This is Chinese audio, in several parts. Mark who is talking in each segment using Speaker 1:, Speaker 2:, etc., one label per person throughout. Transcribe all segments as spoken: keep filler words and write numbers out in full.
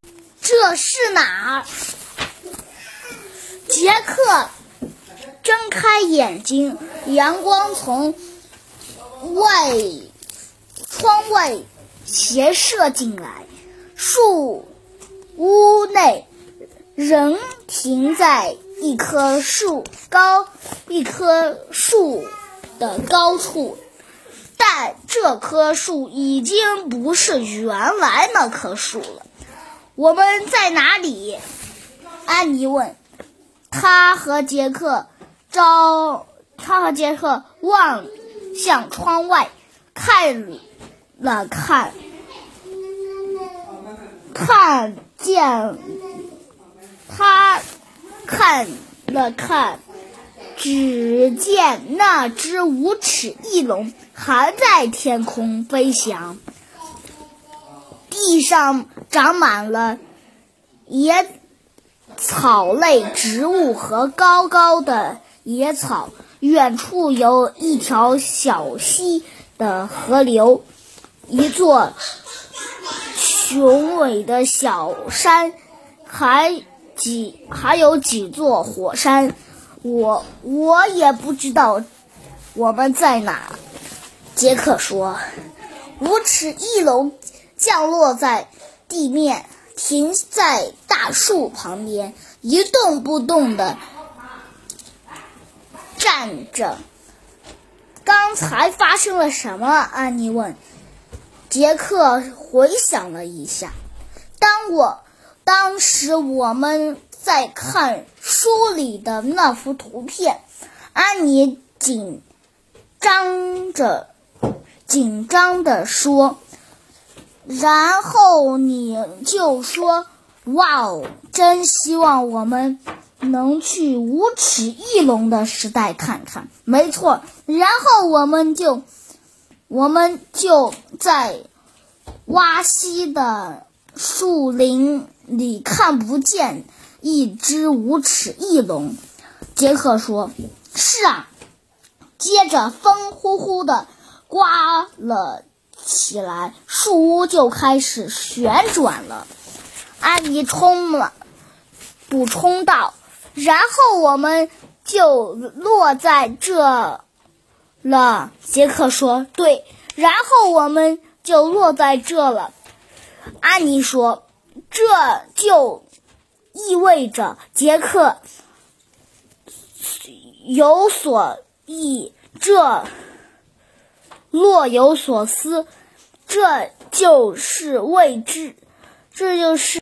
Speaker 1: 这是哪儿？杰克睁开眼睛，阳光从外窗外斜射进来，树屋内人停在一棵树高一棵树的高处，但这棵树已经不是原来那棵树了。我们在哪里？安妮问。他和杰克招，他和杰克望向窗外，看了看，看见他看了看，只见那只无齿翼龙还在天空飞翔，地上长满了野草类植物和高高的野草，远处有一条小溪的河流，一座雄伟的小山，还几还有几座火山。我我也不知道我们在哪。杰克说。无齿翼龙降落在地面，停在大树旁边，一动不动地站着。刚才发生了什么？安妮问。杰克回想了一下，当我当时我们在看书里的那幅图片。安妮紧张着紧张地说，然后你就说，哇哦，真希望我们能去无齿翼龙的时代看看。没错，然后我们就我们就在洼溪的树林里看不见一只无齿翼龙。杰克说，是啊。接着风呼呼地刮了起来，树屋就开始旋转了。安妮冲了补充道，然后我们就落在这了。杰克说，对，然后我们就落在这了。安妮说，这就意味着杰克有所意，这若有所思，这就是未知，这就是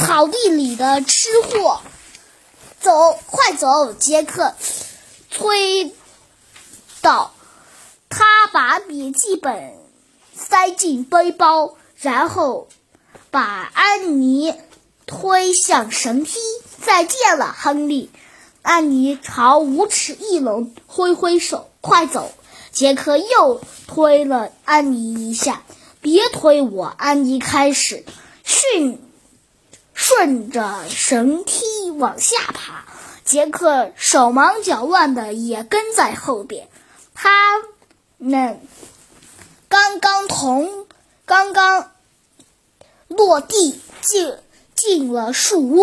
Speaker 1: 草地里的吃货，走，快走！杰克催道。他把笔记本塞进背包，然后把安妮推向绳梯。再见了，亨利！安妮朝无齿翼龙挥挥手，快走！杰克又推了安妮一下。别推我！安妮开始顺顺着绳梯往下爬，杰克手忙脚乱的也跟在后边。他那刚刚从刚刚落地进进了树屋，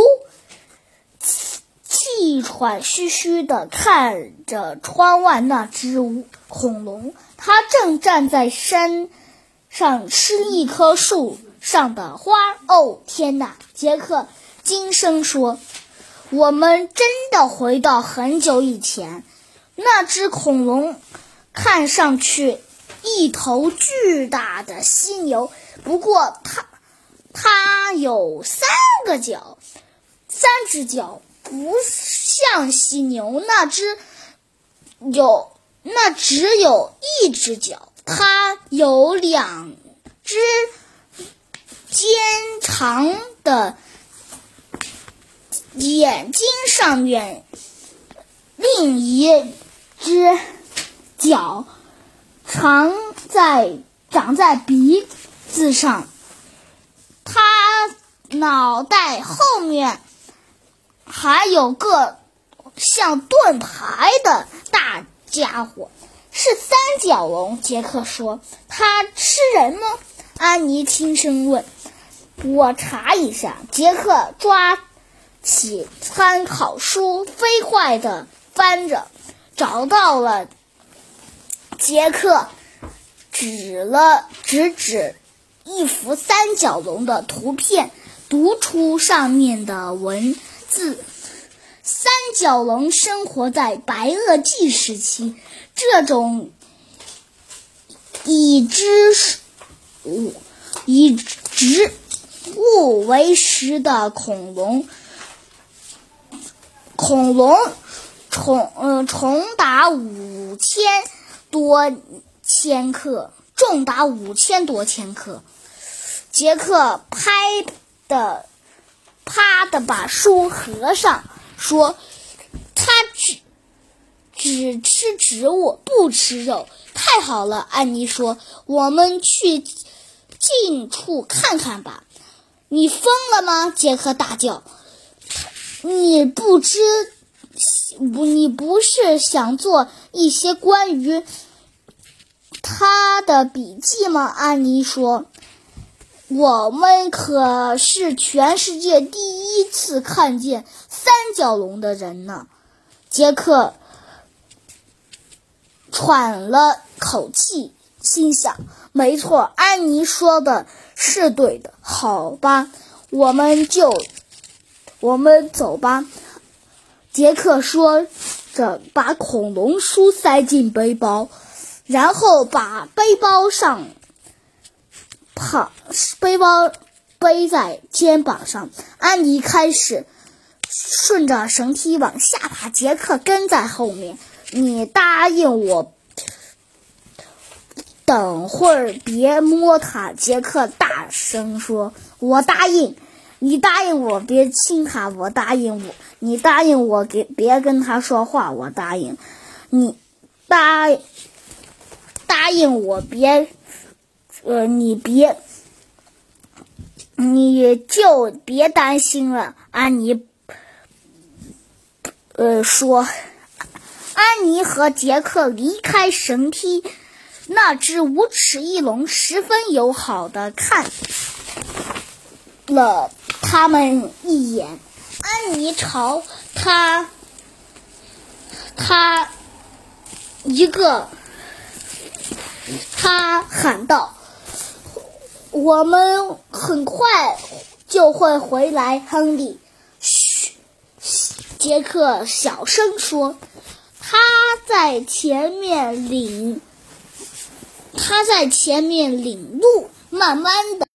Speaker 1: 气喘吁吁地看着窗外那只恐龙，它正站在山上吃一棵树上的花。哦，天哪！杰克惊声说：“我们真的回到很久以前。”那只恐龙看上去一头巨大的犀牛，不过它它有三个脚，三只脚，不像犀牛那只有那只有一只脚，它有两只尖长的眼睛，上面另一只脚长在长在鼻子上，它脑袋后面还有个像盾牌的大家伙，是三角龙。杰克说：“它吃人吗？”安妮轻声问。我查一下。杰克抓起参考书，飞快地翻着，找到了。杰克指了指指一幅三角龙的图片，读出上面的文字：三角龙生活在白垩纪时期，这种以植物以植物为食的恐龙恐龙重呃重达五千多千克，重达五千多千克。杰克拍的啪的把书合上，说：“他只只吃植物，不吃肉。”太好了，安妮说：“我们去近处看看吧。”你疯了吗？杰克大叫。你不知你不是想做一些关于他的笔记吗？安妮说。我们可是全世界第一次看见三角龙的人呢。杰克喘了口气，心想，没错，安妮说的是对的。好吧，我们就我们走吧。杰克说着把恐龙书塞进背包，然后把背包上跑背包背在肩膀上。安妮开始顺着绳梯往下爬，杰克跟在后面。你答应我等会儿别摸它，杰克大声说。我答应。你答应我别亲他，我答应我。你答应我给别跟他说话，我答应。你答答应我别呃你别你就别担心了。安妮呃说。安妮和杰克离开绳梯，那只无齿翼龙十分友好地看了他们一眼。安妮朝他他一个他喊道：“我们很快就会回来，亨利。”嘘，杰克小声说。他在前面领他在前面领路，慢慢的